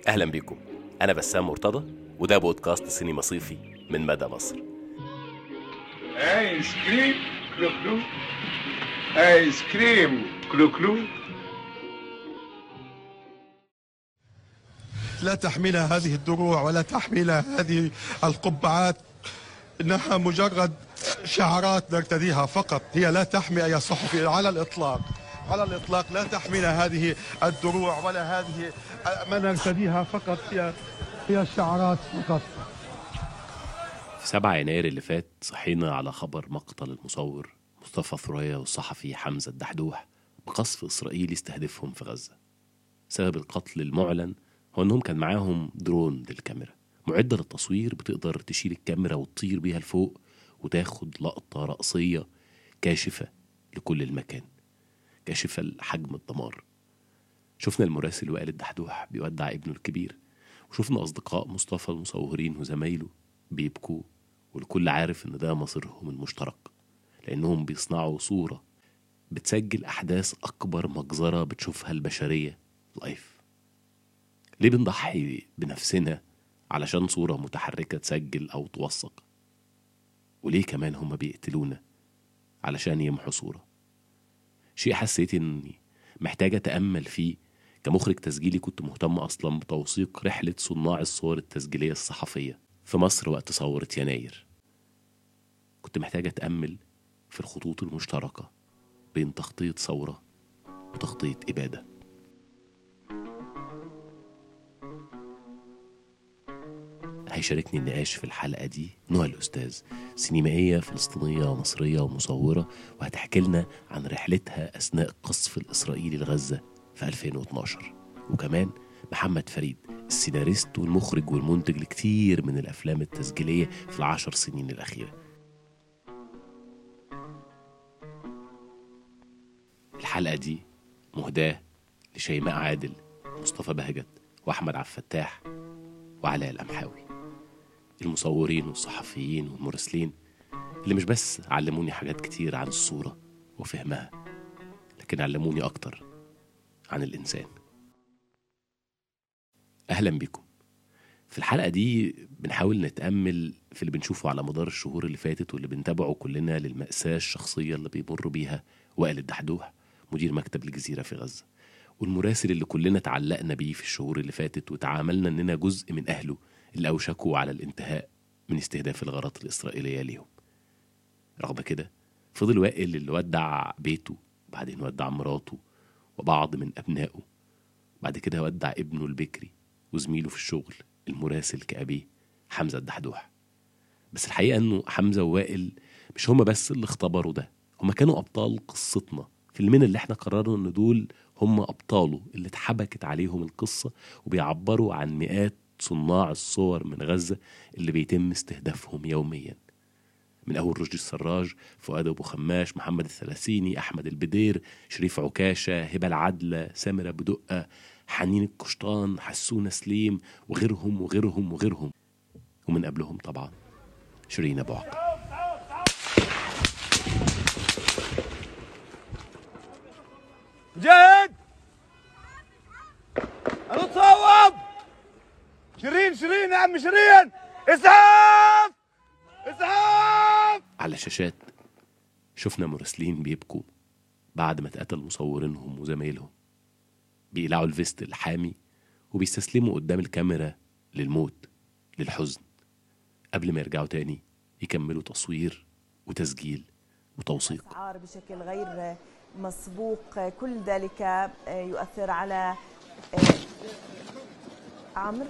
أهلا بكم. أنا بسام مرتضى وده بودكاست سينما صيفي من مدى مصر. آيس كريم كلو كلو، آيس كريم كلو كلو. لا تحملها هذه الدروع ولا تحملها هذه القبعات، إنها مجرد شعارات نرتديها فقط. هي لا تحمي أي صحفي على الإطلاق، على الإطلاق لا تحملها هذه الدروع ولا هذه ما نرتديها فقط. هي شعارات فقط. في 7 يناير اللي فات صحينا على خبر مقتل المصور مصطفى ثريا والصحفي حمزة الدحدوح بقصف إسرائيلي استهدفهم في غزة. سبب القتل المعلن هو أنهم كان معاهم درون للكاميرا معدة للتصوير، بتقدر تشيل الكاميرا وتطير بيها لفوق وتاخد لقطة رأسية كاشفة لكل المكان، كاشفة لحجم الدمار. شفنا المراسل وائل الدحدوح بيودع ابنه الكبير، وشفنا أصدقاء مصطفى المصورين وزمايله بيبكوا، والكل عارف إن ده مصيرهم المشترك، لأنهم بيصنعوا صورة بتسجل أحداث أكبر مجزرة بتشوفها البشرية لايف. ليه بنضحي بنفسنا علشان صورة متحركة تسجل أو توثق؟ وليه كمان هما بيقتلونا علشان يمحوا صورة؟ شيء حسيت إني محتاجة أتأمل فيه. كمخرج تسجيلي كنت مهتم أصلا بتوثيق رحلة صناع الصور التسجيلية الصحفية في مصر وقت ثورة يناير. كنت محتاجة أتأمل في الخطوط المشتركة بين تخطيط ثورة وتخطيط إبادة. هيشاركني النقاش في الحلقة دي نهى الأستاذ، سينمائية فلسطينية مصرية ومصورة، وهتحكي لنا عن رحلتها أثناء القصف الإسرائيلي لغزة في 2012. وكمان محمد فريد، السيناريست والمخرج والمنتج لكتير من الأفلام التسجيلية في ال10 سنين الأخيرة. الحلقة دي مهداة لشيماء عادل، مصطفى بهجت، وأحمد عبد الفتاح، وعلاء الأمحاوي، المصورين والصحفيين والمراسلين اللي مش بس علموني حاجات كتير عن الصورة وفهمها، لكن علموني أكتر عن الإنسان. أهلا بكم. في الحلقة دي بنحاول نتأمل في اللي بنشوفه على مدار الشهور اللي فاتت واللي بنتابعه كلنا للمأساة الشخصية اللي بيمر بيها وائل الدحدوح، مدير مكتب الجزيرة في غزة، والمراسل اللي كلنا تعلقنا بيه في الشهور اللي فاتت وتعاملنا إننا جزء من أهله اللي أوشكوا على الانتهاء من استهداف الغارات الإسرائيلية ليهم. رغم كده فضل وائل اللي ودع بيته، بعدين ودع مراته وبعض من أبنائه، بعد كده ودع ابنه البكري وزميله في الشغل المراسل كأبيه حمزة الدحدوح. بس الحقيقة أنه حمزة ووائل مش هما بس اللي اختبروا ده، هما كانوا أبطال قصتنا، فيلمين اللي احنا قررنا أن دول هما أبطاله اللي اتحبكت عليهم القصة، وبيعبروا عن مئات صناع الصور من غزة اللي بيتم استهدافهم يوميا، من أول رشدي السراج، فؤاد أبو خماش، محمد الثلاثيني، أحمد البدير، شريف عكاشة، هبة العدلة، سامر أبو دقة، حنين القشطان، حسونة سليم، وغيرهم وغيرهم وغيرهم، ومن قبلهم طبعا شيرين أبو عقل. جد هنتصوب. شيرين يا عم شيرين، اسعاف اسعاف. على الشاشات شفنا مراسلين بيبكوا بعد ما اتقتل مصورينهم وزمايلهم، بيقلعوا الفيست الحامي وبيستسلموا قدام الكاميرا للموت، للحزن، قبل ما يرجعوا تاني يكملوا تصوير وتسجيل وتوثيق. أسعار بشكل غير مسبوق، كل ذلك يؤثر على عمرو.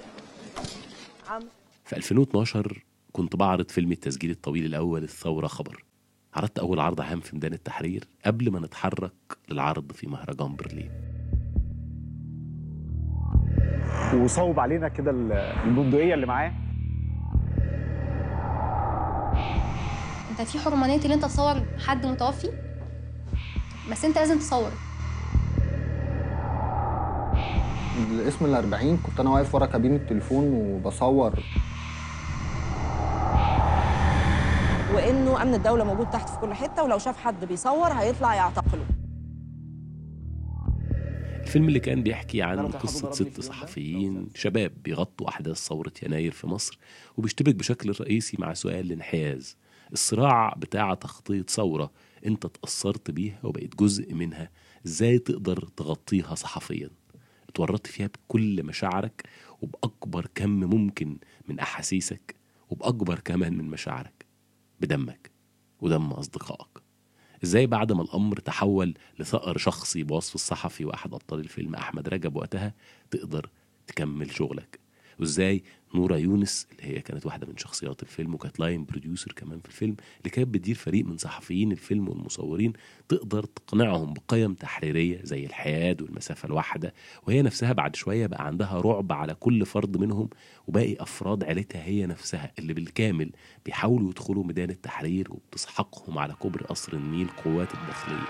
في 2012 كنت بعرض فيلم التسجيل الطويل الأول الثورة خبر. عرضت أول عرض عام في ميدان التحرير قبل ما نتحرك للعرض في مهرجان برلين. وصوب علينا كده البندقية اللي معاه. انت في حرمانية اللي انت تصور حد متوفي، بس انت لازم تصور. الاسم ال40 كنت انا واقف ورا كابين التليفون وبصور، وانه امن الدوله موجود تحت في كل حته، ولو شاف حد بيصور هيطلع يعتقله. الفيلم اللي كان بيحكي عن قصة 6 صحفيين شباب بيغطوا أحداث ثورة يناير في مصر، وبيشتبك بشكل رئيسي مع سؤال الانحياز، الصراع بتاع تغطية ثورة انت تأثرت بيها وبقيت جزء منها، ازاي تقدر تغطيها صحفيا؟ اتورطت فيها بكل مشاعرك وبأكبر كم ممكن من أحاسيسك، وبأكبر كمان من مشاعرك، بدمك ودم أصدقائك. ازاي بعد ما الأمر تحول لثأر شخصي بوصف الصحفي وأحد أبطال الفيلم أحمد رجب وقتها تقدر تكمل شغلك؟ وازاي نورة يونس اللي هي كانت واحدة من شخصيات الفيلم وكانت لاين بروديوسر كمان في الفيلم، اللي كانت بتدير فريق من صحفيين الفيلم والمصورين، تقدر تقنعهم بقيم تحريرية زي الحياد والمسافة الواحدة، وهي نفسها بعد شوية بقى عندها رعب على كل فرد منهم، وباقي أفراد عيلتها هي نفسها اللي بالكامل بيحاولوا يدخلوا ميدان التحرير، وبتسحقهم على كوبري قصر النيل قوات الداخلية.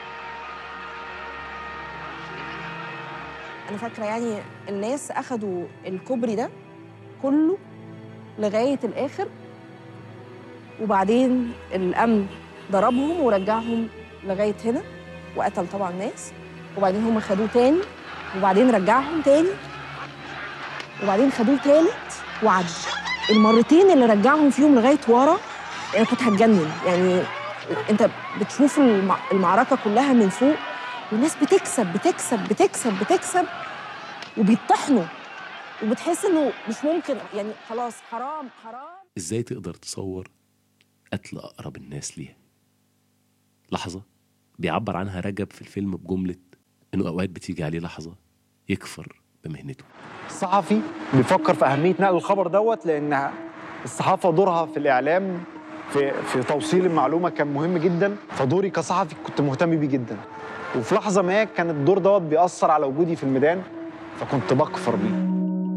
أنا فاكرة يعني الناس أخدوا الكوبري ده كله لغاية الآخر، وبعدين الأمن ضربهم ورجعهم لغاية هنا وقتل طبعا ناس، وبعدين هم خدوه تاني وبعدين رجعهم تاني وبعدين خدوه تالت وعد. المرتين اللي رجعهم فيهم لغاية ورا أنا كنت هتجنن. يعني أنت بتشوف المعركة كلها من فوق والناس بتكسب بتكسب بتكسب بتكسب وبيطحنوا، وبتحس انه مش ممكن، يعني خلاص حرام حرام. ازاي تقدر تصور قتل اقرب الناس ليها؟ لحظة بيعبر عنها رجب في الفيلم بجملة انه اوقات بتيجي عليه لحظة يكفر بمهنته. الصحفي بيفكر في أهمية نقل الخبر دوت، لأن الصحافة دورها في الإعلام في توصيل المعلومة كان مهم جدا، فدوري كصحفي كنت مهتم بيه جدا، وفي لحظة ما كان الدور دوت بيأثر على وجودي في الميدان فكنت بكفر بيه.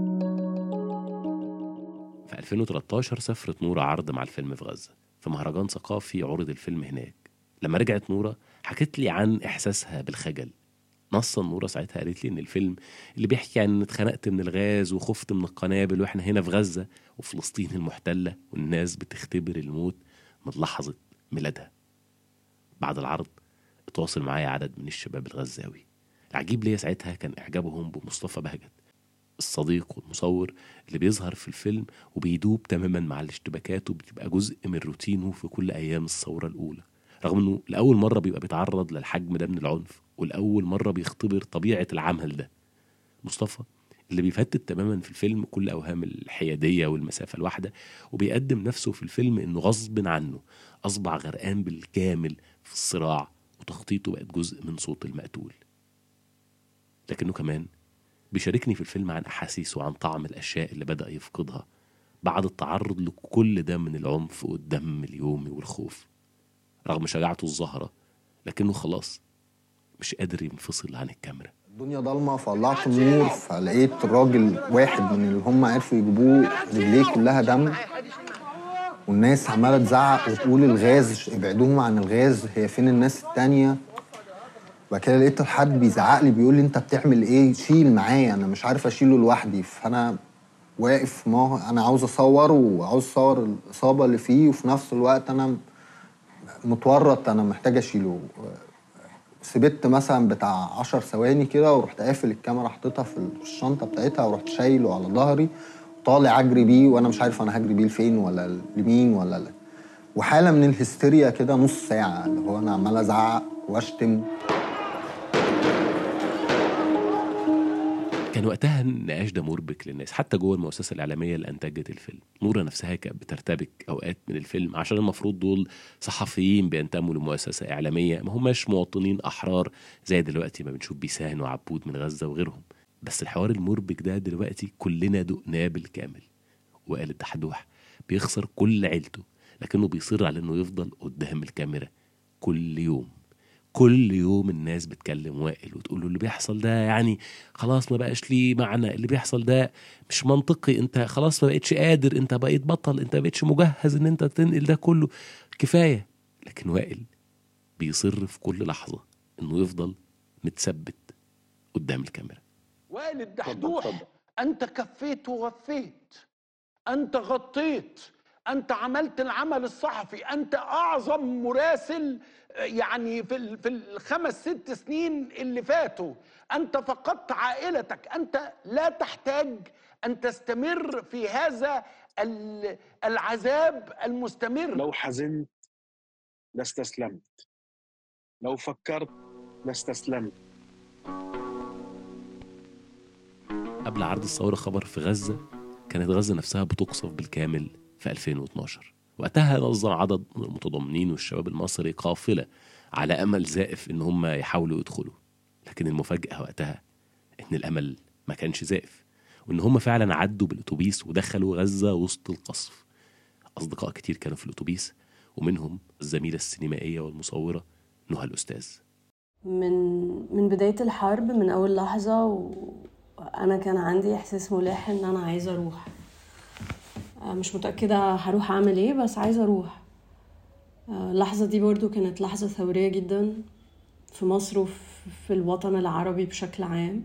في 2013 سافرت نورة عرض مع الفيلم في غزة، في مهرجان ثقافي عرض الفيلم هناك. لما رجعت نورة حكت لي عن إحساسها بالخجل. نصا نورة ساعتها قالت لي إن الفيلم اللي بيحكي عن إن اتخنقت من الغاز وخفت من القنابل وإحنا هنا في غزة وفلسطين المحتلة والناس بتختبر الموت من لحظة ميلادها. بعد العرض اتواصل معايا عدد من الشباب الغزاوي. العجيب ليا ساعتها كان إعجابهم بمصطفى بهجت، الصديق والمصور اللي بيظهر في الفيلم وبيدوب تماما مع الاشتباكات وبتبقى جزء من روتينه في كل أيام الثورة الأولى، رغم أنه لأول مرة بيبقى بيتعرض للحجم ده من العنف ولأول مرة بيختبر طبيعة العمل ده. مصطفى اللي بيفتت تماما في الفيلم كل أوهام الحيادية والمسافة الواحدة، وبيقدم نفسه في الفيلم أنه غصب عنه أصبح غرقان بالكامل في الصراع، وتخطيطه بقت جزء من صوت المقتول. لكنه كمان بيشاركني في الفيلم عن أحاسيسه وعن طعم الأشياء اللي بدأ يفقدها بعد التعرض لكل ده من العنف والدم اليومي والخوف. رغم شجاعته الظاهرة لكنه خلاص مش قادر ينفصل عن الكاميرا. الدنيا ضلمة فولعت النور، فلقيت راجل واحد من اللي هم عرفوا يجيبوه رجليه كلها دم، والناس عمالة تزعق وتقول الغاز، ابعدوهم عن الغاز، هي فين الناس التانية؟ وبعد كده لقيت حد بيزعق لي بيقول لي انت بتعمل ايه؟ شيل معايا، انا مش عارف اشيله لوحدي. فانا واقف، ما انا عاوز اصور وعاوز اصور الاصابه اللي فيه، وفي نفس الوقت انا متورط، انا محتاج اشيله. سبت مثلا بتاع 10 ثواني كده ورحت قافل الكاميرا حطيتها في الشنطه بتاعتها ورحت شايله على ظهري وطالع اجري بيه، وانا مش عارف انا هجري بيه لفين ولا لمين ولا لا. وحاله من الهستيريا كده نص ساعه، اللي هو انا عمال ازعق واشتم. كان وقتها النقاش ده مربك للناس حتى جوه المؤسسة الإعلامية اللي أنتجت الفيلم. نورة نفسها كانت بترتبك أوقات من الفيلم عشان المفروض دول صحفيين بينتموا لمؤسسة إعلامية، ما هماش مواطنين أحرار زي دلوقتي ما بنشوف بيسان وعبود من غزة وغيرهم. بس الحوار المربك ده دلوقتي كلنا دقناه بالكامل. وقال الدحدوح بيخسر كل عيلته لكنه بيصر على إنه يفضل قدام الكاميرا كل يوم. كل يوم الناس بتكلم وائل وتقول له اللي بيحصل ده يعني خلاص ما بقاش ليه معنى، اللي بيحصل ده مش منطقي، انت خلاص ما بقيتش قادر، انت بقيت بطل، انت ما بقيتش مجهز ان انت تنقل ده كله، كفاية. لكن وائل بيصر في كل لحظة انه يفضل متثبت قدام الكاميرا. وائل الدحدوح، انت كفيت وغفيت، انت غطيت أنت عملت العمل الصحفي، أنت أعظم مراسل يعني في الخمس ست سنين اللي فاتوا، أنت فقدت عائلتك، أنت لا تحتاج أن تستمر في هذا العذاب المستمر. لو حزنت لاستسلمت، لو فكرت لاستسلمت. قبل عرض الثورة خبر في غزة كانت غزة نفسها بتقصف بالكامل في 2012. وقتها نظم عدد من المتضامنين والشباب المصري قافلة على أمل زائف إن هم يحاولوا يدخلوا، لكن المفاجأة وقتها إن الأمل ما كانش زائف، وإن هم فعلا عدوا بالأتوبيس ودخلوا غزة وسط القصف. أصدقاء كتير كانوا في الأتوبيس، ومنهم الزميلة السينمائية والمصورة نهى الأستاذ. من بداية الحرب، من أول لحظة وأنا كان عندي إحساس ملح إن أنا عايزة أروح. مش متأكدة هروح أعمل إيه، بس عايزة أروح. اللحظة دي برضو كانت لحظة ثورية جدا في مصر وفي الوطن العربي بشكل عام.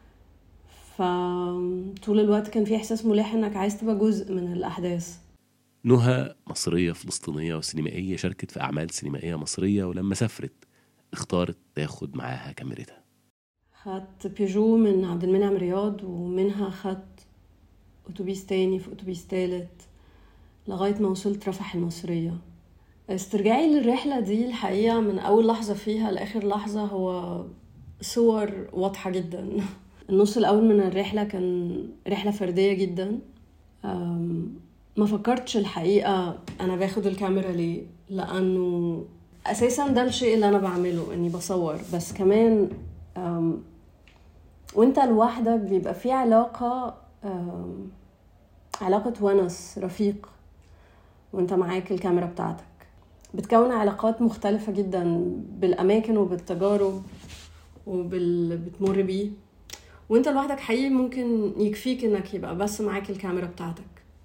فطول الوقت كان في إحساس ملح إنك عايز تبقى جزء من الأحداث. نهى مصرية فلسطينية وسينمائية، شاركت في أعمال سينمائية مصرية، ولما سافرت اختارت تاخد معاها كاميرتها. خدت بيجو من عبد المنعم رياض، ومنها خدت أتوبيس تاني في أتوبيس تالت لغاية ما وصلت رفح المصرية. استرجاعي للرحلة دي الحقيقة من أول لحظة فيها لآخر لحظة هو صور واضحة جدا. النص الأول من الرحلة كان رحلة فردية جدا. ما فكرتش الحقيقة أنا باخد الكاميرا ليه، لأنه أساسا ده الشيء اللي أنا بعمله، أني بصور. بس كمان وانت لوحدك بيبقى في علاقة ونس رفيق وانت معاك الكاميرا بتاعتك. بتكون علاقات مختلفة جدا بالأماكن وبالتجارب وباللي بتمر بيه. وانت لوحدك حقيقي ممكن يكفيك انك يبقى بس معاك الكاميرا بتاعتك،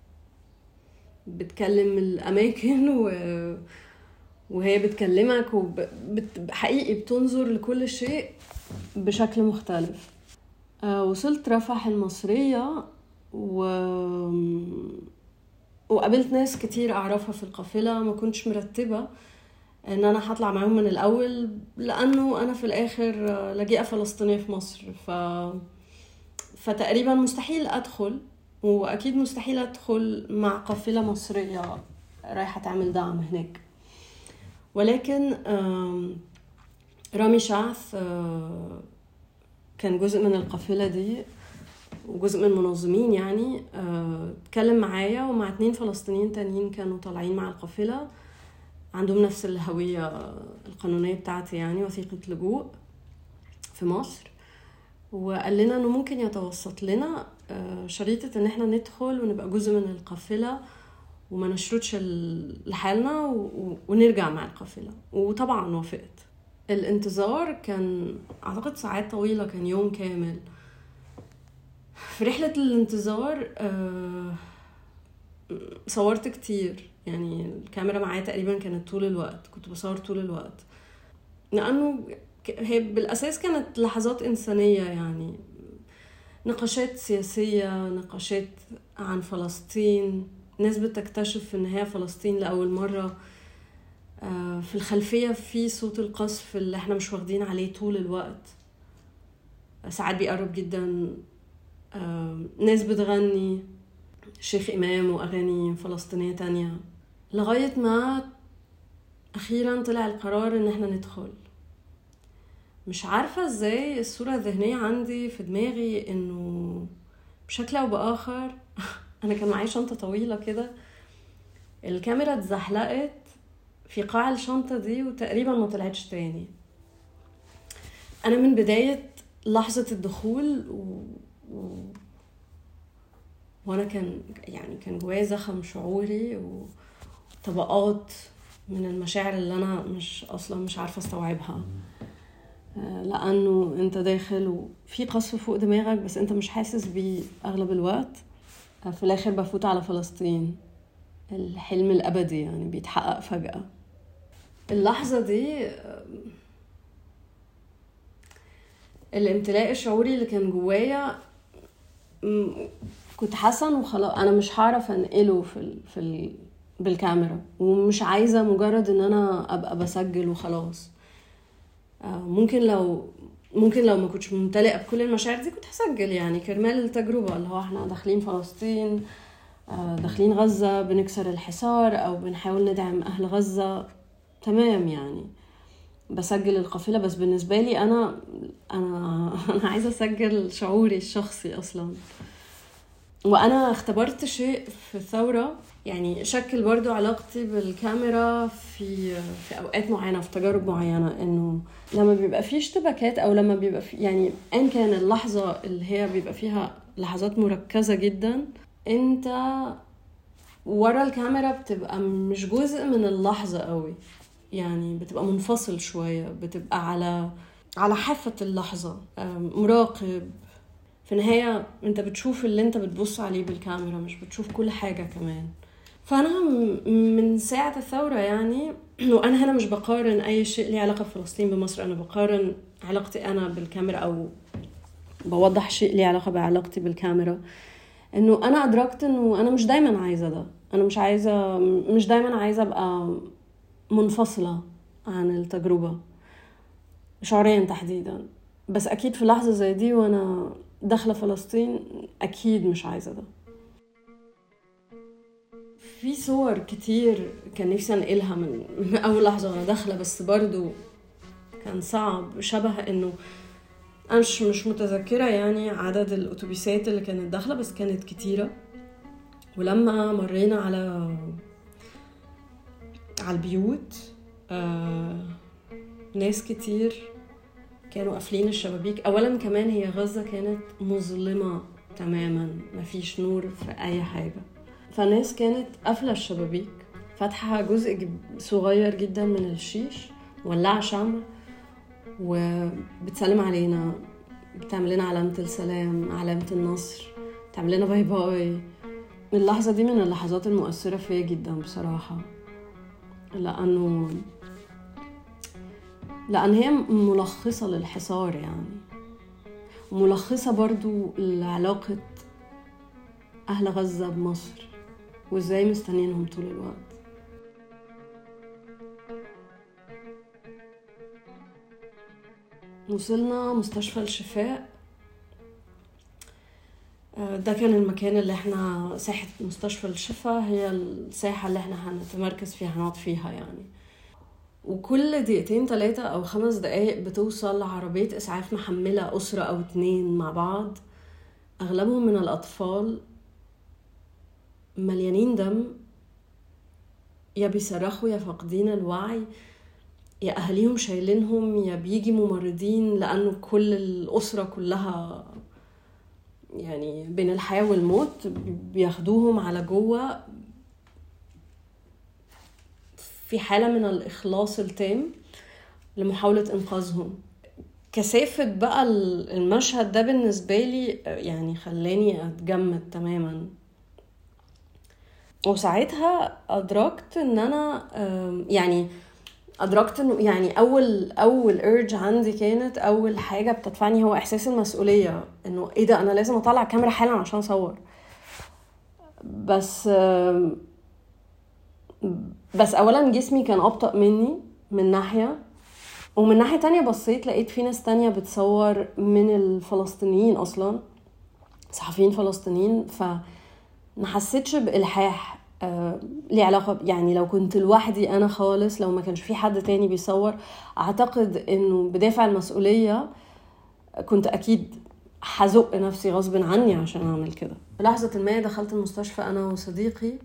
بتكلم الأماكن وهي بتكلمك، وحقيقي بتنظر لكل شيء بشكل مختلف. وصلت رفح المصرية وقابلت ناس كتير أعرفها في القافلة. ما كنتش مرتبة ان انا هطلع معهم من الاول، لانه انا في الاخر لاجئة فلسطينية في مصر. فتقريبا مستحيل ادخل، واكيد مستحيل ادخل مع قافلة مصرية رايحة تعمل دعم هناك. ولكن رامي شعث كان جزء من القافلة دي وجزء من المنظمين، يعني اتكلم معايا ومع 2 فلسطينيين تانيين كانوا طالعين مع القافلة، عندهم نفس الهوية القانونية بتاعتي، يعني وثيقة لجوء في مصر. وقال لنا انه ممكن يتوسط لنا شريطة ان احنا ندخل ونبقى جزء من القافلة وما نشردش لحالنا ونرجع مع القافلة. وطبعا وافقت. الانتظار كان اعتقد ساعات طويلة، كان يوم كامل. في رحلة الانتظار صورت كتير، يعني الكاميرا معايا تقريبا كانت طول الوقت، كنت بصور طول الوقت، لأنه هي بالأساس كانت لحظات إنسانية، يعني نقاشات سياسية، نقاشات عن فلسطين، ناس بتكتشف إن هي فلسطين لأول مرة. في الخلفية في صوت القصف اللي احنا مش واخدين عليه طول الوقت، ساعات بيقرب جدا. ناس بتغني شيخ إمام وأغاني فلسطينية تانية، لغاية ما أخيرا طلع القرار إن احنا ندخل. مش عارفة ازاي الصورة الذهنية عندي في دماغي إنه بشكل أو بآخر أنا كان معايا شنطة طويلة كده، الكاميرا اتزحلقت في قاع الشنطة دي وتقريبا ما طلعتش تاني. أنا من بداية لحظة الدخول وانا كان جوايا زخم شعوري وطبقات من المشاعر اللي انا مش عارفه استوعبها، لانه انت داخل وفي قصف فوق دماغك بس انت مش حاسس بيه اغلب الوقت. في الاخر بفوت على فلسطين، الحلم الابدي يعني بيتحقق فجأة. اللحظه دي الامتلاء الشعوري اللي كان جوايا كنت حاسه انه خلاص انا مش هعرف انقله بالكاميرا، ومش عايزة مجرد ان انا ابقى بسجل وخلاص. ممكن لو ما كنتش ممتلئة بكل المشاعر دي كنت هسجل، يعني كرمال التجربة، اللي هو احنا داخلين فلسطين، داخلين غزة، بنكسر الحصار او بنحاول ندعم اهل غزة، تمام يعني بسجل القافلة. بس بالنسبة لي انا عايزة اسجل شعوري الشخصي اصلا. وانا اختبرت شيء في الثورة يعني شكل برضو علاقتي بالكاميرا في اوقات معينة، في تجارب معينة، انه لما بيبقى فيه اشتباكات او لما بيبقى فيه يعني ان كان اللحظة اللي هي بيبقى فيها لحظات مركزة جدا، انت ورا الكاميرا بتبقى مش جزء من اللحظة قوي، يعني بتبقى منفصل شوية، بتبقى على حافة اللحظة، مراقب. في النهاية انت بتشوف اللي انت بتبص عليه بالكاميرا، مش بتشوف كل حاجة كمان. فانا من ساعة الثورة يعني، وانا هنا مش بقارن اي شيء ليه علاقة بفلسطين بمصر، انا بقارن علاقتي انا بالكاميرا، او بوضح شيء ليه علاقة بعلاقتي بالكاميرا، انه انا ادركت انه انا مش دايما عايزة ده. انا مش دايما عايزة ابقى منفصلة عن التجربة شعوريا تحديدا. بس اكيد في لحظة زي دي وانا داخلة فلسطين اكيد مش عايزة ده. في صور كتير كان نفسي انقلها من اول لحظة وانا داخلة، بس برضو كان صعب. شبه انه انا مش متذكرة يعني عدد الاتوبيسات اللي كانت داخلة، بس كانت كتيرة. ولما مرينا على البيوت، ناس كتير كانوا قافلين الشبابيك. اولا كمان هي غزة كانت مظلمة تماما، مفيش نور في اي حاجة، فالناس كانت قافلة الشبابيك، فاتحة جزء صغير جدا من الشيش، ولع شمع، وبتسلم علينا، بتعمل لنا علامة السلام، علامة النصر، بتعمل لنا باي باي. اللحظة دي من اللحظات المؤثرة فيا جدا بصراحة، لأن هي ملخصة للحصار يعني، ملخصة برضو لعلاقة أهل غزة بمصر وإزاي مستنينهم طول الوقت. وصلنا مستشفى الشفاء، ده كان المكان اللي احنا، ساحة مستشفى الشفاء هي الساحة اللي احنا هنتمركز فيها، هنقعد فيها يعني. وكل دقيقتين 3 أو 5 دقايق بتوصل عربية إسعاف محملة أسرة أو 2 مع بعض، أغلبهم من الأطفال، مليانين دم، يا بيصرخوا يا فاقدين الوعي، يا أهليهم شايلينهم، يا بيجي ممرضين، لأنه كل الأسرة كلها يعني بين الحياة والموت، بياخدوهم على جوه في حالة من الإخلاص التام لمحاولة إنقاذهم. كثافة بقى المشهد ده بالنسبة لي يعني خلاني أتجمد تماما. وساعتها أدركت إن أنا يعني أدركت إنه يعني أول urge عندي كانت، أول حاجة بتدفعني هو إحساس المسؤولية، إنه إيه ده، أنا لازم أطلع الكاميرا حالا عشان أصور. بس أولا جسمي كان أبطأ مني من ناحية، ومن ناحية تانية بصيت لقيت في ناس تانية بتصور من الفلسطينيين أصلا، صحفيين فلسطينيين، فما حسيتش بإلحاح ليه علاقة يعني لو كنت لوحدي أنا خالص، لو ما كانش في حد تاني بيصور، أعتقد إنه بدافع المسؤولية كنت أكيد حزق نفسي غصب عني عشان أعمل كده. لحظة ما دخلت المستشفى أنا وصديقي،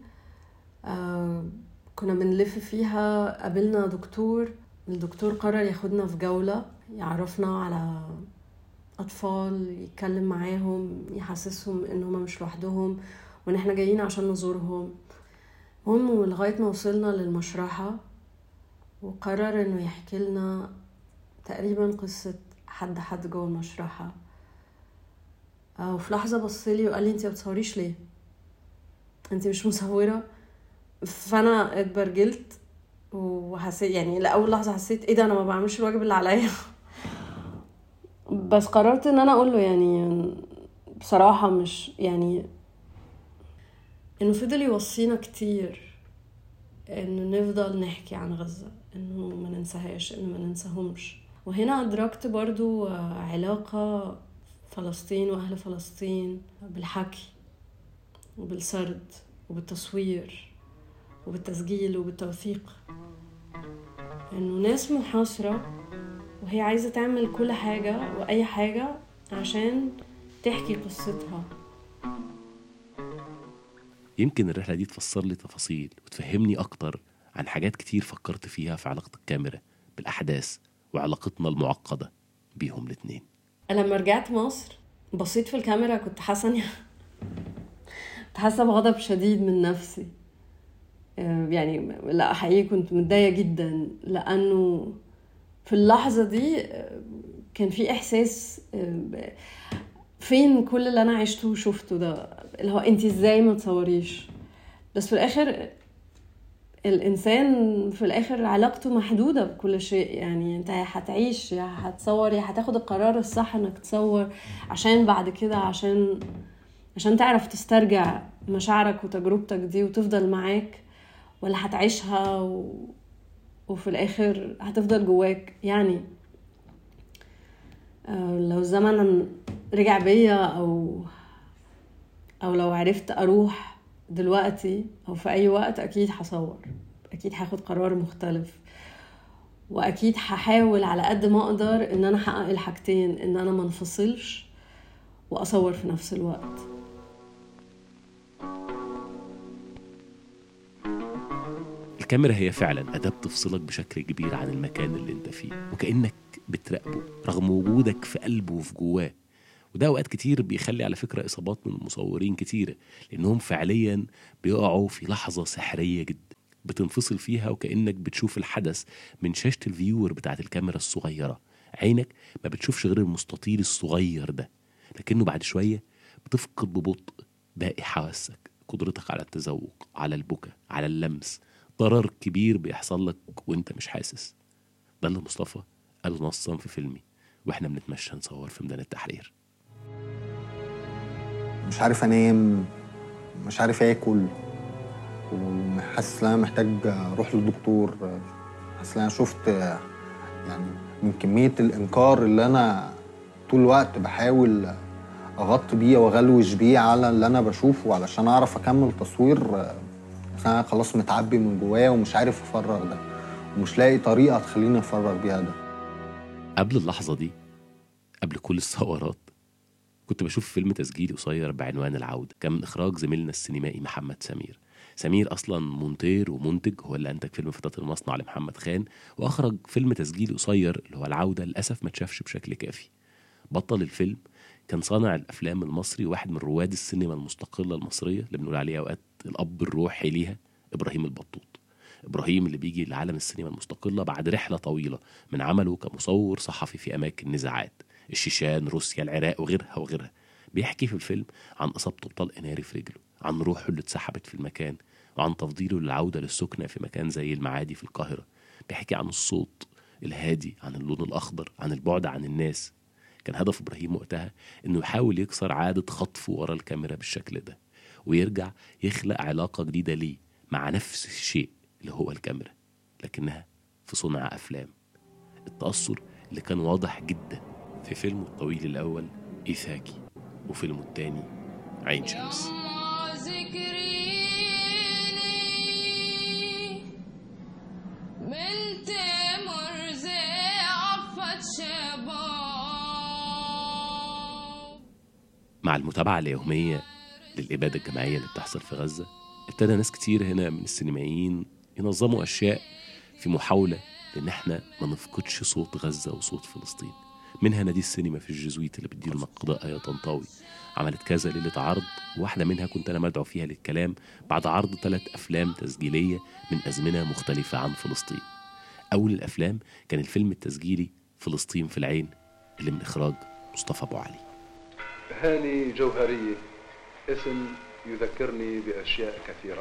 كنا بنلف فيها، قابلنا دكتور. الدكتور قرر ياخدنا في جولة، يعرفنا على أطفال، يتكلم معاهم، يحسسهم إنهم مش لوحدهم وإن إحنا جايين عشان نزورهم. هم لغاية ما وصلنا للمشرحة، وقرر إنه يحكي لنا تقريبا قصة حد جوه المشرحة. وفي لحظة بصلي وقال لي أنتي بتصوريش ليه؟ أنتي مش مصورة؟ فأنا اتبرجلت وحسيت يعني لأول لحظة حسيت إيه ده، أنا ما بعملش الواجب اللي عليا. بس قررت إن أنا أقول له يعني بصراحة مش يعني، إنه فضل يوصينا كتير إنه نفضل نحكي عن غزة، إنه ما ننساهاش، إنه ما ننساهمش. وهنا أدركت برضو علاقة فلسطين وأهل فلسطين بالحكي وبالسرد وبالتصوير وبالتسجيل وبالتوثيق. إنه ناس محاصرة وهي عايزة تعمل كل حاجة وأي حاجة عشان تحكي قصتها. يمكن الرحلة دي تفسر لي تفاصيل وتفهمني أكتر عن حاجات كتير فكرت فيها في علاقة الكاميرا بالأحداث وعلاقتنا المعقدة بيهم الاتنين. لما رجعت مصر بصيت في الكاميرا كنت حاسة بغضب شديد من نفسي. يعني لا حقيقي كنت متضايقة جدا، لأنه في اللحظة دي كان في إحساس فين كل اللي أنا عشته وشفته ده، اللي هو أنت إزاي ما تصوريش. بس في الآخر الإنسان في الآخر علاقته محدودة بكل شيء. يعني أنت هتعيش يا هتصور يا هتاخد القرار الصح إنك تصور، عشان بعد كده عشان تعرف تسترجع مشاعرك وتجربتك دي وتفضل معاك، ولا هتعيشها وفي الآخر هتفضل جواك. يعني لو الزمن رجع بيا أو لو عرفت أروح دلوقتي أو في أي وقت، أكيد هصور، أكيد هاخد قرار مختلف، وأكيد هحاول على قد ما أقدر إن أنا أحقق الحاجتين، إن أنا منفصلش وأصور في نفس الوقت. الكاميرا هي فعلا أداة بتفصلك بشكل كبير عن المكان اللي انت فيه، وكأنك بتراقبه رغم وجودك في قلبه وفي جواه. وده أوقات كتير بيخلي على فكرة إصابات من المصورين كتيرة، لأنهم فعليا بيقعوا في لحظة سحرية جدا بتنفصل فيها، وكأنك بتشوف الحدث من شاشة الفيور بتاعت الكاميرا الصغيرة. عينك ما بتشوفش غير المستطيل الصغير ده، لكنه بعد شوية بتفقد ببطء باقي حواسك، قدرتك على التذوق، على البكاء، على اللمس. ضرر كبير بيحصل لك وانت مش حاسس. ده اللي مصطفى قاله نصا في فيلمي واحنا بنتمشى نصور في ميدان التحرير. مش عارف انام، مش عارف اكل، وحاسس ان انا محتاج اروح للدكتور. حاسس ان انا شفت يعني من كميه الانكار اللي انا طول الوقت بحاول اغطي بيه واغلوش بيه على اللي انا بشوفه علشان اعرف اكمل تصوير. انا خلاص متعبي من جوايا ومش عارف افرغ ده، ومش لاقي طريقه تخليني افرغ بيها ده. قبل اللحظه دي، قبل كل الثورات، كنت بشوف فيلم تسجيلي قصير بعنوان العودة، كان من إخراج زميلنا السينمائي محمد سمير. سمير أصلا مونتير ومنتج، هو اللي أنتج فيلم فتاة المصنع لمحمد خان، وأخرج فيلم تسجيلي قصير اللي هو العودة، للأسف ما تشافش بشكل كافي. بطل الفيلم كان صانع الأفلام المصري، واحد من رواد السينما المستقلة المصرية اللي بنقول عليه أوقات الأب الروحي ليها، إبراهيم البطوط. إبراهيم اللي بيجي لعالم السينما المستقلة بعد رحلة طويلة من عمله كمصور صحفي في أماكن نزاعات، الشيشان، روسيا، العراق وغيرها وغيرها. بيحكي في الفيلم عن إصابته بطلق ناري في رجله، عن روحه اللي اتسحبت في المكان، وعن تفضيله للعودة للسكنة في مكان زي المعادي في القاهرة. بيحكي عن الصوت الهادي، عن اللون الأخضر، عن البعد عن الناس. كان هدف إبراهيم وقتها إنه يحاول يكسر عادة خطفه ورا الكاميرا بالشكل ده، ويرجع يخلق علاقة جديدة ليه مع نفس الشيء اللي هو الكاميرا، لكنها في صنع أفلام. التأثر اللي كان واضح جدا في فيلمه الطويل الأول إيثاكي، وفيلمه الثاني عين شمس. مع المتابعة اليومية للإبادة الجماعية اللي بتحصل في غزة، ابتدى ناس كتير هنا من السينمائيين ينظموا أشياء في محاولة لأن احنا ما نفقدش صوت غزة وصوت فلسطين. منها نادي السينما في الجزويت اللي بتدير القضاء آية طنطاوي، عملت كذا ليلة عرض، واحدة منها كنت أنا مدعو فيها للكلام بعد عرض 3 أفلام تسجيلية من أزمنة مختلفة عن فلسطين. أول الأفلام كان الفيلم التسجيلي فلسطين في العين اللي من إخراج مصطفى أبو علي. هاني جوهرية اسم يذكرني بأشياء كثيرة.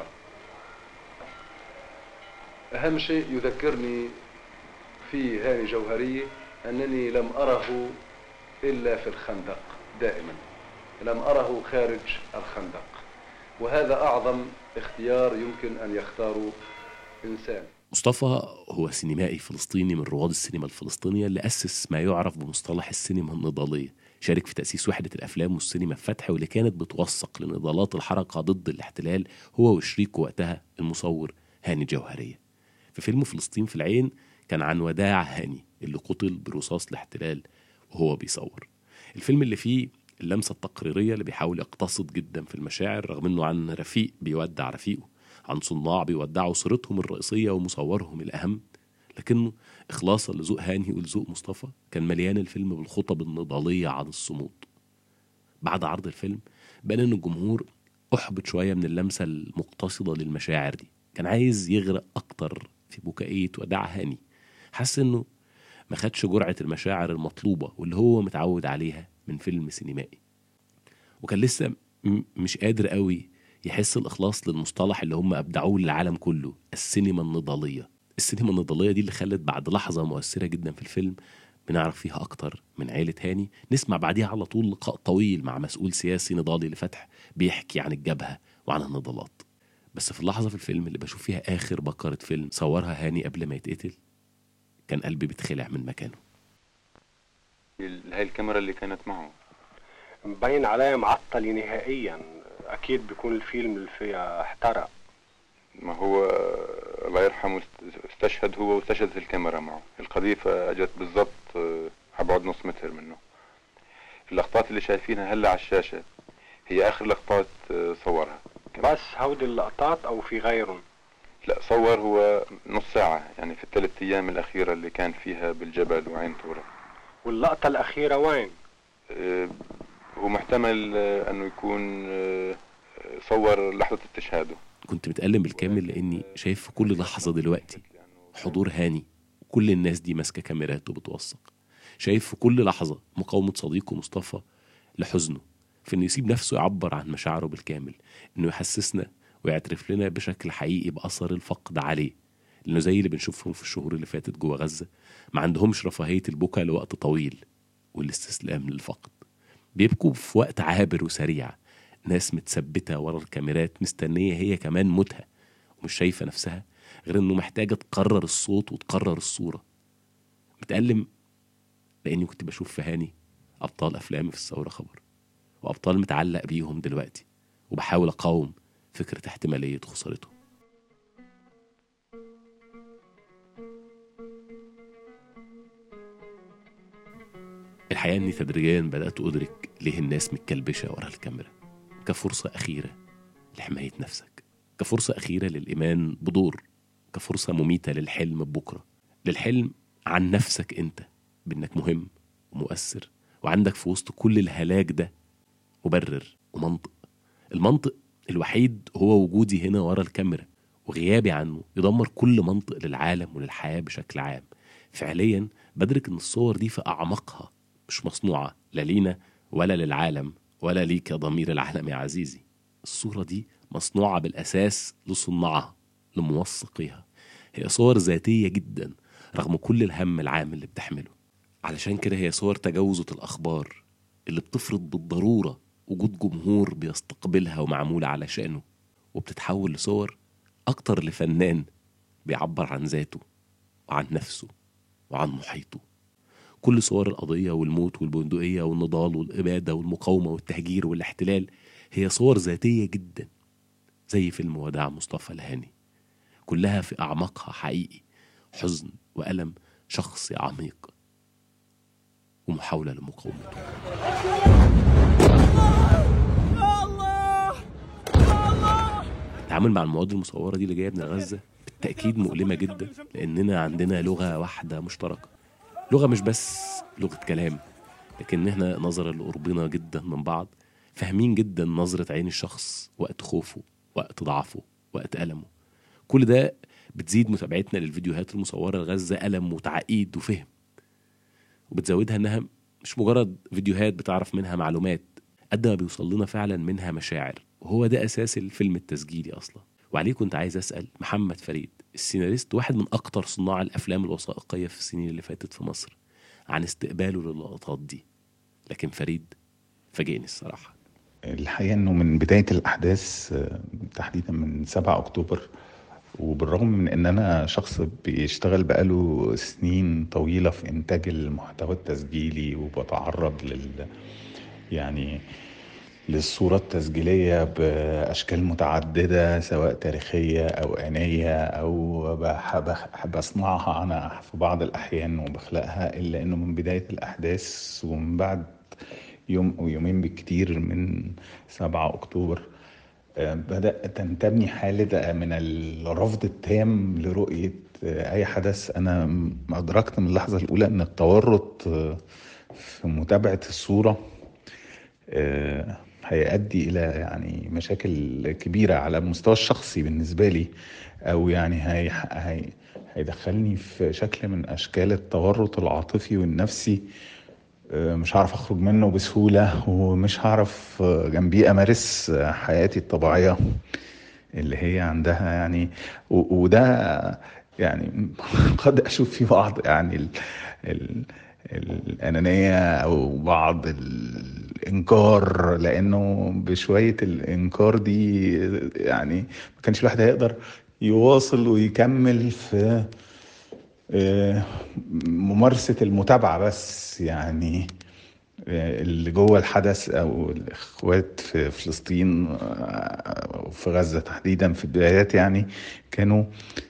أهم شيء يذكرني في هاني جوهرية أنني لم أره إلا في الخندق، دائما لم أره خارج الخندق، وهذا أعظم اختيار يمكن أن يختاروا إنسان. مصطفى هو سينمائي فلسطيني من رواد السينما الفلسطينية اللي أسس ما يعرف بمصطلح السينما النضالية. شارك في تأسيس وحدة الأفلام والسينما في فتح، واللي كانت بتوثق لنضالات الحركة ضد الاحتلال هو وشريكه وقتها المصور هاني جوهرية. في فيلم فلسطين في العين كان عن وداع هاني اللي قتل برصاص الاحتلال وهو بيصور. الفيلم اللي فيه اللمسة التقريرية اللي بيحاول يقتصد جدا في المشاعر، رغم انه عن رفيق بيودع رفيقه، عن صناع بيودعوا صورتهم الرئيسية ومصورهم الأهم، لكنه إخلاصا لذوق هاني ولذوق مصطفى كان مليان الفيلم بالخطب النضالية عن الصمود. بعد عرض الفيلم بان ان الجمهور أحبط شوية من اللمسة المقتصدة للمشاعر دي، كان عايز يغرق أكتر في بكائية وداع هاني، حس انه ما خدش جرعة المشاعر المطلوبة واللي هو متعود عليها من فيلم سينمائي، وكان لسه مش قادر قوي يحس الإخلاص للمصطلح اللي هم أبدعوه للعالم كله، السينما النضالية. السينما النضالية دي اللي خلت بعد لحظة مؤثرة جدا في الفيلم بنعرف فيها أكتر من عائلة هاني، نسمع بعديها على طول لقاء طويل مع مسؤول سياسي نضالي لفتح بيحكي عن الجبهة وعن النضالات. بس في اللحظة في الفيلم اللي بشوف فيها آخر بكرة فيلم صورها هاني قبل ما يتقتل، كان قلبي بيتخلع من مكانه. هاي الكاميرا اللي كانت معه مبين عليها معطل نهائيا، اكيد بيكون الفيلم اللي فيها احترق. ما هو الله يرحمه استشهد هو واستشهدت الكاميرا معه. القذيفة اجت بالضبط على بعد نص متر منه. اللقطات اللي شايفينها هلا على الشاشة هي اخر لقطات صورها. بس هودي اللقطات او في غيرهم؟ لا، صور هو نص ساعة، يعني في ال3 أيام الأخيرة اللي كان فيها بالجبل وعين طورة. واللقطة الأخيرة وين؟ هو محتمل أنه يكون صور لحظة استشهاده. كنت متألم بالكامل لأني شايف في كل لحظة دلوقتي حضور هاني وكل الناس دي ماسكة كاميرات وبتوثق. شايف في كل لحظة مقاومة صديقه مصطفى لحزنه في إنه يسيب نفسه يعبر عن مشاعره بالكامل، إنه يحسسنا ويعترف لنا بشكل حقيقي بأثر الفقد عليه، لأنه زي اللي بنشوفهم في الشهور اللي فاتت جوه غزة ما عندهمش رفاهية البكاء لوقت طويل والاستسلام للفقد. بيبكوا في وقت عابر وسريع، ناس متثبتة ورا الكاميرات مستنية هي كمان موتها ومش شايفة نفسها غير إنه محتاجة تقرر الصوت وتقرر الصورة. متألم لأني كنت بشوف في هاني أبطال أفلامي في الثورة خبر، وأبطال متعلق بيهم دلوقتي، وبحاول أقاوم فكرة احتمالية خسارته. الحقيقة أني تدريجيا بدأت أدرك ليه الناس متكلبشة ورا الكاميرا، كفرصة أخيرة لحماية نفسك، كفرصة أخيرة للإيمان بدور، كفرصة مميتة للحلم ببكرة، للحلم عن نفسك أنت بأنك مهم ومؤثر، وعندك في وسط كل الهلاك ده مبرر ومنطق. المنطق الوحيد هو وجودي هنا ورا الكاميرا، وغيابي عنه يدمر كل منطق للعالم وللحياة بشكل عام. فعليا بدرك أن الصور دي في أعمقها مش مصنوعة لا لينا ولا للعالم ولا ليك يا ضمير العالم يا عزيزي. الصورة دي مصنوعة بالأساس لصناعها لموثقيها. هي صور ذاتية جدا رغم كل الهم العام اللي بتحمله. علشان كده هي صور تجاوزة الأخبار اللي بتفرض بالضرورة وجود جمهور بيستقبلها ومعمولة على شأنه، وبتتحول لصور أكتر لفنان بيعبر عن ذاته وعن نفسه وعن محيطه. كل صور القضية والموت والبندقية والنضال والإبادة والمقاومة والتهجير والاحتلال هي صور ذاتية جدا، زي فيلم وداع مصطفى الهاني، كلها في أعماقها حقيقي حزن وألم شخصي عميق ومحاولة لمقاومته. التعامل مع المواد المصورة دي اللي جاية من غزة بالتأكيد مؤلمة جدا، لأننا عندنا لغة واحدة مشتركة، لغة مش بس لغة كلام، لكن احنا نظرا لقربنا جدا من بعض فاهمين جدا نظرة عين الشخص وقت خوفه، وقت ضعفه، وقت ألمه. كل ده بتزيد متابعتنا للفيديوهات المصورة لغزة ألم وتعقيد وفهم، وبتزودها انها مش مجرد فيديوهات بتعرف منها معلومات قد ما بيوصل لنا فعلا منها مشاعر، وهو ده أساس الفيلم التسجيلي أصلا. وعليه كنت عايز أسأل محمد فريد السيناريست، واحد من أكتر صناع الأفلام الوثائقية في السنين اللي فاتت في مصر، عن استقباله للقطات دي. لكن فريد فاجئني الصراحة. الحقيقة أنه من بداية الأحداث تحديدا من 7 أكتوبر وبالرغم من ان انا شخص بيشتغل بقاله سنين طويلة في انتاج المحتوى التسجيلي وبتعرض يعني للصورة التسجيلية بأشكال متعددة سواء تاريخية أو آنية أو بصنعها أنا في بعض الأحيان وبخلقها، إلا أنه من بداية الأحداث ومن بعد يوم أو يومين بالكتير من 7 أكتوبر بدأت تنتابني حالة من الرفض التام لرؤية أي حدث. أنا أدركت من اللحظة الأولى أن التورط في متابعة الصورة هيؤدي إلى يعني مشاكل كبيرة على المستوى الشخصي بالنسبة لي، أو يعني هيدخلني في شكل من أشكال التورط العاطفي والنفسي مش هعرف أخرج منه بسهولة، ومش هعرف جنبيه أمارس حياتي الطبيعية اللي هي عندها يعني. وده يعني قد أشوف في بعض يعني الأنانية أو بعض الإنكار، لأنه بشوية الإنكار دي يعني ما كانش الواحد هيقدر يواصل ويكمل في ممارسة المتابعة بس. يعني اللي جوه الحدث أو الإخوات في فلسطين وفي غزة تحديدا في البدايات يعني كانوا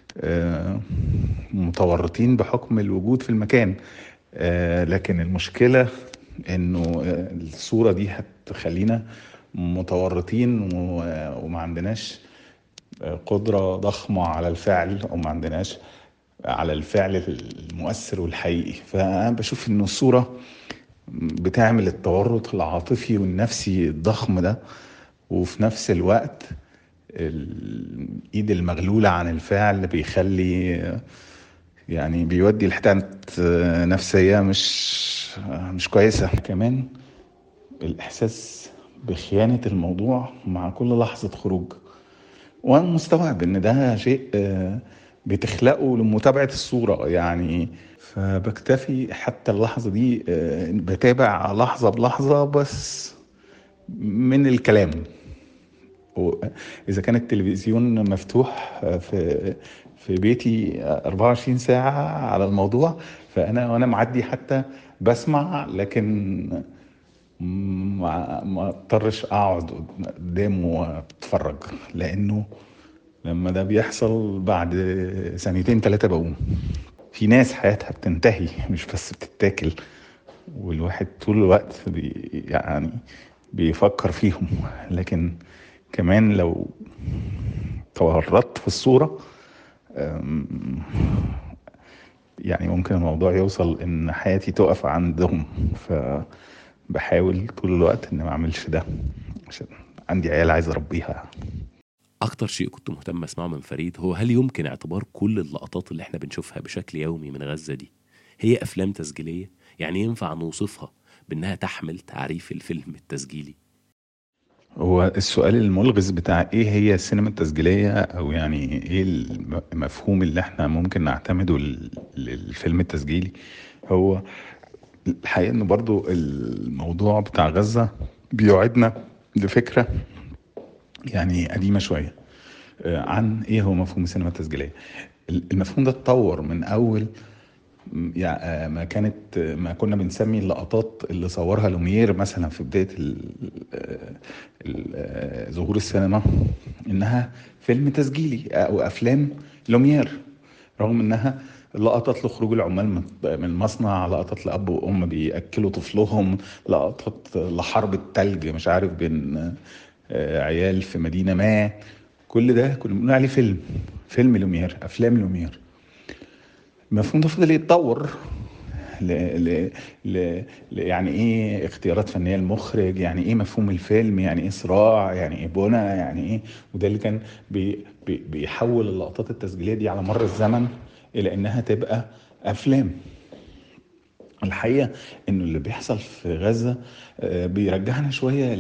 متورطين بحكم الوجود في المكان، لكن المشكلة انه الصورة دي هتخلينا متورطين وما عندناش قدرة ضخمة على الفعل، او ما عندناش على الفعل المؤثر والحقيقي. فأنا بشوف انه الصورة بتعمل التورط العاطفي والنفسي الضخم ده، وفي نفس الوقت الايد المغلولة عن الفعل بيخلي يعني بيودي لحتات نفسية مش كويسة. كمان الإحساس بخيانة الموضوع مع كل لحظة خروج، وأنا مستوعب إن ده شيء بتخلقه لمتابعة الصورة يعني، فبكتفي حتى اللحظة دي بتابع لحظة بلحظة بس من الكلام. إذا كان التلفزيون مفتوح في بيتي 24 ساعة على الموضوع، وأنا معدي حتى بسمع، لكن ما اضطرش أقعد قدامه وأتفرج، لأنه لما ده بيحصل بعد 2 3 بقوم. في ناس حياتها بتنتهي مش بس بتتاكل، والواحد طول الوقت يعني بيفكر فيهم، لكن كمان لو تورطت في الصورة يعني ممكن الموضوع يوصل ان حياتي تقف عندهم. فبحاول طول الوقت ان ما اعملش ده عشان عندي عيال عايز اربيها. أكتر شيء كنت مهتم أسمعه من فريد هو هل يمكن اعتبار كل اللقطات اللي احنا بنشوفها بشكل يومي من غزة دي هي أفلام تسجيلية؟ يعني ينفع نوصفها بأنها تحمل تعريف الفيلم التسجيلي؟ هو السؤال الملغز بتاع ايه هي السينما التسجيلية، او يعني ايه المفهوم اللي احنا ممكن نعتمده للفيلم التسجيلي، هو الحقيقة انه برضو الموضوع بتاع غزة بيوعدنا لفكرة يعني قديمة شوية عن ايه هو مفهوم السينما التسجيلية. المفهوم ده اتطور من اول يعني ما كنا بنسمي اللقطات اللي صورها لومير مثلا في بداية ظهور السينما انها فيلم تسجيلي او افلام لومير، رغم انها لقطات لخروج العمال من المصنع، لقطات لأب وأم بيأكلوا طفلهم، لقطات لحرب التلج مش عارف بين عيال في مدينة ما. كل ده كنا بنقول عليه فيلم لومير، أفلام لومير. المفهوم ده فضل يتطور يعني ايه اختيارات فنية المخرج، يعني ايه مفهوم الفيلم، يعني ايه صراع، يعني ايه بنى، يعني ايه. وده اللي كان بيحول اللقطات التسجيلية دي على مر الزمن الى انها تبقى افلام. الحقيقة انه اللي بيحصل في غزة بيرجعنا شوية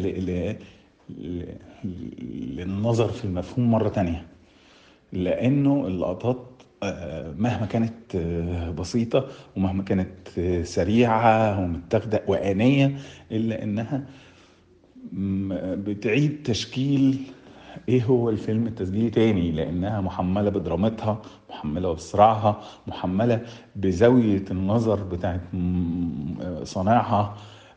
للنظر في المفهوم مرة تانية، لانه اللقطات مهما كانت بسيطة ومهما كانت سريعة ومتاخدة وآنية، إلا أنها بتعيد تشكيل ايه هو الفيلم التسجيلي تاني، لانها محملة بدرامتها، محملة بصراعها، محملة بزاوية النظر بتاعت صانعها.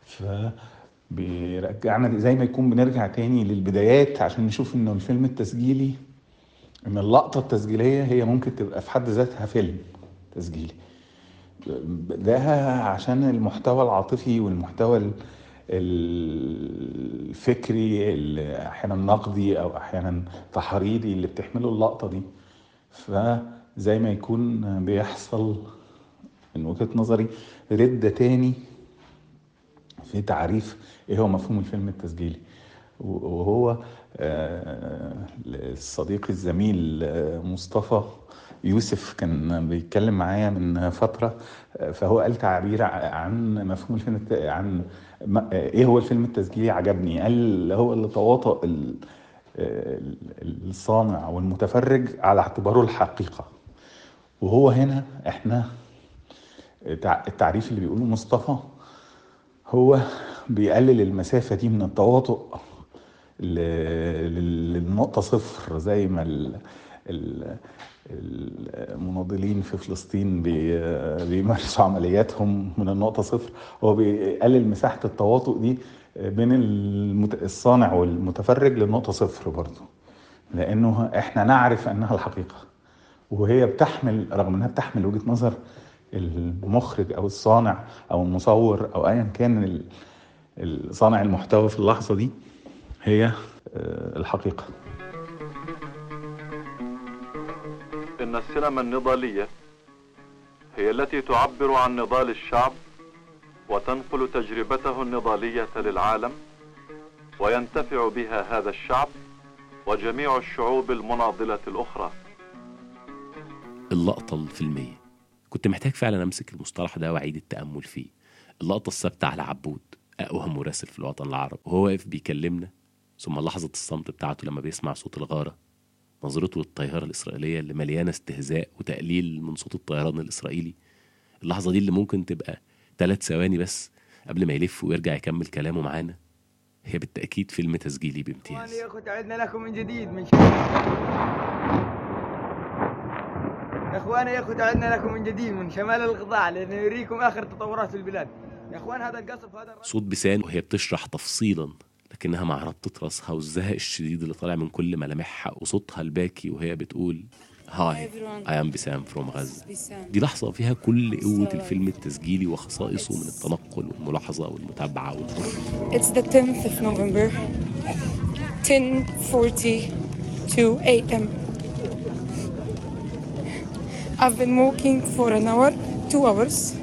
بيرجعنا زي ما يكون بنرجع تاني للبدايات عشان نشوف انه الفيلم التسجيلي، ان اللقطة التسجيلية هي ممكن تبقى في حد ذاتها فيلم تسجيلي. ده عشان المحتوى العاطفي والمحتوى الفكري اللي احيانا نقدي او احيانا تحريري اللي بتحمله اللقطة دي. فزي ما يكون بيحصل من وجهة نظري ردة تاني في تعريف ايه هو مفهوم الفيلم التسجيلي. وهو الصديق الزميل مصطفى يوسف كان بيتكلم معايا من فترة، فهو قال تعبير عن مفهوم الفيلم عن ايه هو الفيلم التسجيلي عجبني. قال هو اللي تواطؤ الصانع والمتفرج على اعتباره الحقيقة. وهو هنا احنا التعريف اللي بيقوله مصطفى هو بيقلل المسافة دي من التواطؤ للنقطة صفر، زي ما المناضلين في فلسطين بيمارسوا عملياتهم من النقطة صفر. هو بيقلل مساحة التواطؤ دي بين الصانع والمتفرج للنقطة صفر برضو، لأنه احنا نعرف أنها الحقيقة، وهي بتحمل رغم أنها بتحمل وجهة نظر المخرج أو الصانع أو المصور أو أيا كان صانع المحتوى في اللحظة دي، هي الحقيقة. إن السينما النضالية هي التي تعبر عن نضال الشعب وتنقل تجربته النضالية للعالم، وينتفع بها هذا الشعب وجميع الشعوب المناضلة الأخرى. اللقطة الفيلمية، كنت محتاج فعلا أمسك المصطلح ده وأعيد التأمل فيه. اللقطة الثابتة على عبود، أقوى مراسل في الوطن العربي، وهو واقف بيكلمنا، ثم لحظة الصمت بتاعته لما بيسمع صوت الغارة، نظرته للطيارة الإسرائيلية اللي مليانة استهزاء وتقليل من صوت الطيران الإسرائيلي. اللحظة دي اللي ممكن تبقى 3 ثواني بس قبل ما يلف ويرجع يكمل كلامه معانا، هي بالتأكيد فيلم تسجيلي بامتياز. عدنا لكم من جديد من يا اخوان، يا اخو عدنا لكم من جديد من شمال القطاع لنريكم اخر تطورات في البلاد. يا اخوان هذا القصف هذا صوت بسان وهي بتشرح تفصيلا لكنها مع ربطة راسها والزهق الشديد اللي طالع من كل ملامحها، وصوتها الباكي وهي بتقول هاي I am بسام from غزة. دي لحظة فيها كل قوة الفيلم التسجيلي وخصائصه من التنقل والملاحظة والمتابعة والقرب. It's the 10th of November 10:42 a.m. I've been walking for an hour 2 hours.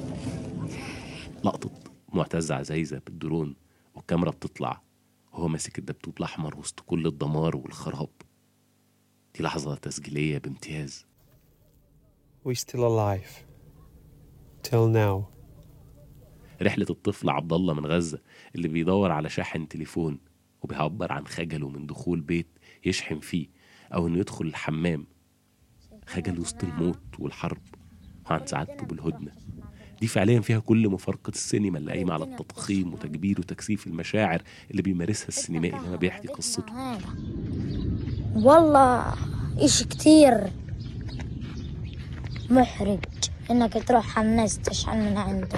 لقطة معتز عزيزة بالدرون والكاميرا بتطلع وهو ماسك الدبدوب الأحمر وسط كل الدمار والخراب. دي لحظة تسجيلية بامتياز. We still alive till now. رحلة الطفل عبد الله من غزة اللي بيدور على شاحن تليفون وبيعبر عن خجله من دخول بيت يشحن فيه أو إنه يدخل الحمام، خجل وسط الموت والحرب، وعن سعادته بالهدنة. دي فعليا فيها كل مفارقة السينما اللي قايمة على التضخيم وتكبير وتكثيف المشاعر اللي بيمارسها السينمائي لما بيحكي قصته. والله إشي كتير محرج إنك تروح على الناس تشحن من عنده.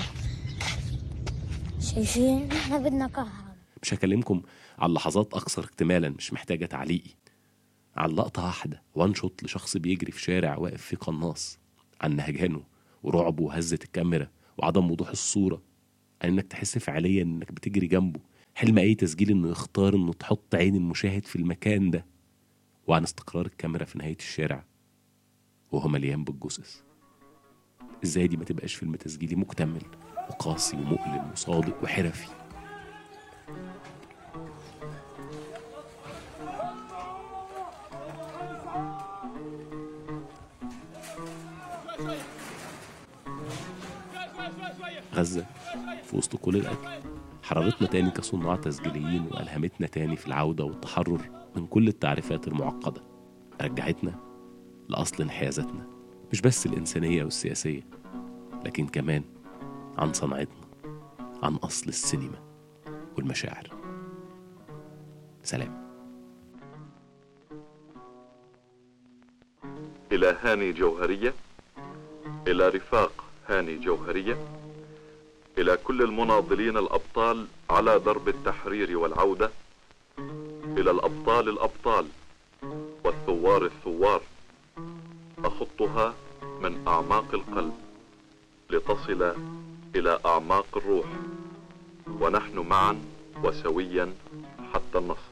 شايفين إحنا بدنا كهرباء. مش هكلمكم عن لحظات أكثر اكتمالا مش محتاجة تعليقي، عن لقطة واحدة وان شوت لشخص بيجري في شارع واقف فيه قناص، عن نهجانه ورعبه وهزة الكاميرا وعدم وضوح الصورة، عن انك تحس فعليا انك بتجري جنبه. حلم اي تسجيل انه يختار انه تحط عين المشاهد في المكان ده، وعن استقرار الكاميرا في نهاية الشارع وهو مليان بالجثث. ازاي دي ما تبقاش فيلم تسجيلي مكتمل وقاسي ومؤلم وصادق وحرفي؟ غزة في وسط كل الأكل حررتنا تاني كصناع تسجيليين وألهمتنا تاني في العودة والتحرر من كل التعريفات المعقدة. رجعتنا لأصل انحيازاتنا، مش بس الإنسانية والسياسية، لكن كمان عن صنعتنا، عن أصل السينما والمشاعر. سلام. هاني جوهرية، إلى رفاق هاني جوهرية، إلى كل المناضلين الأبطال على درب التحرير والعودة، إلى الأبطال والثوار الثوار، أخطها من أعماق القلب لتصل إلى أعماق الروح، ونحن معا وسويا حتى النصر.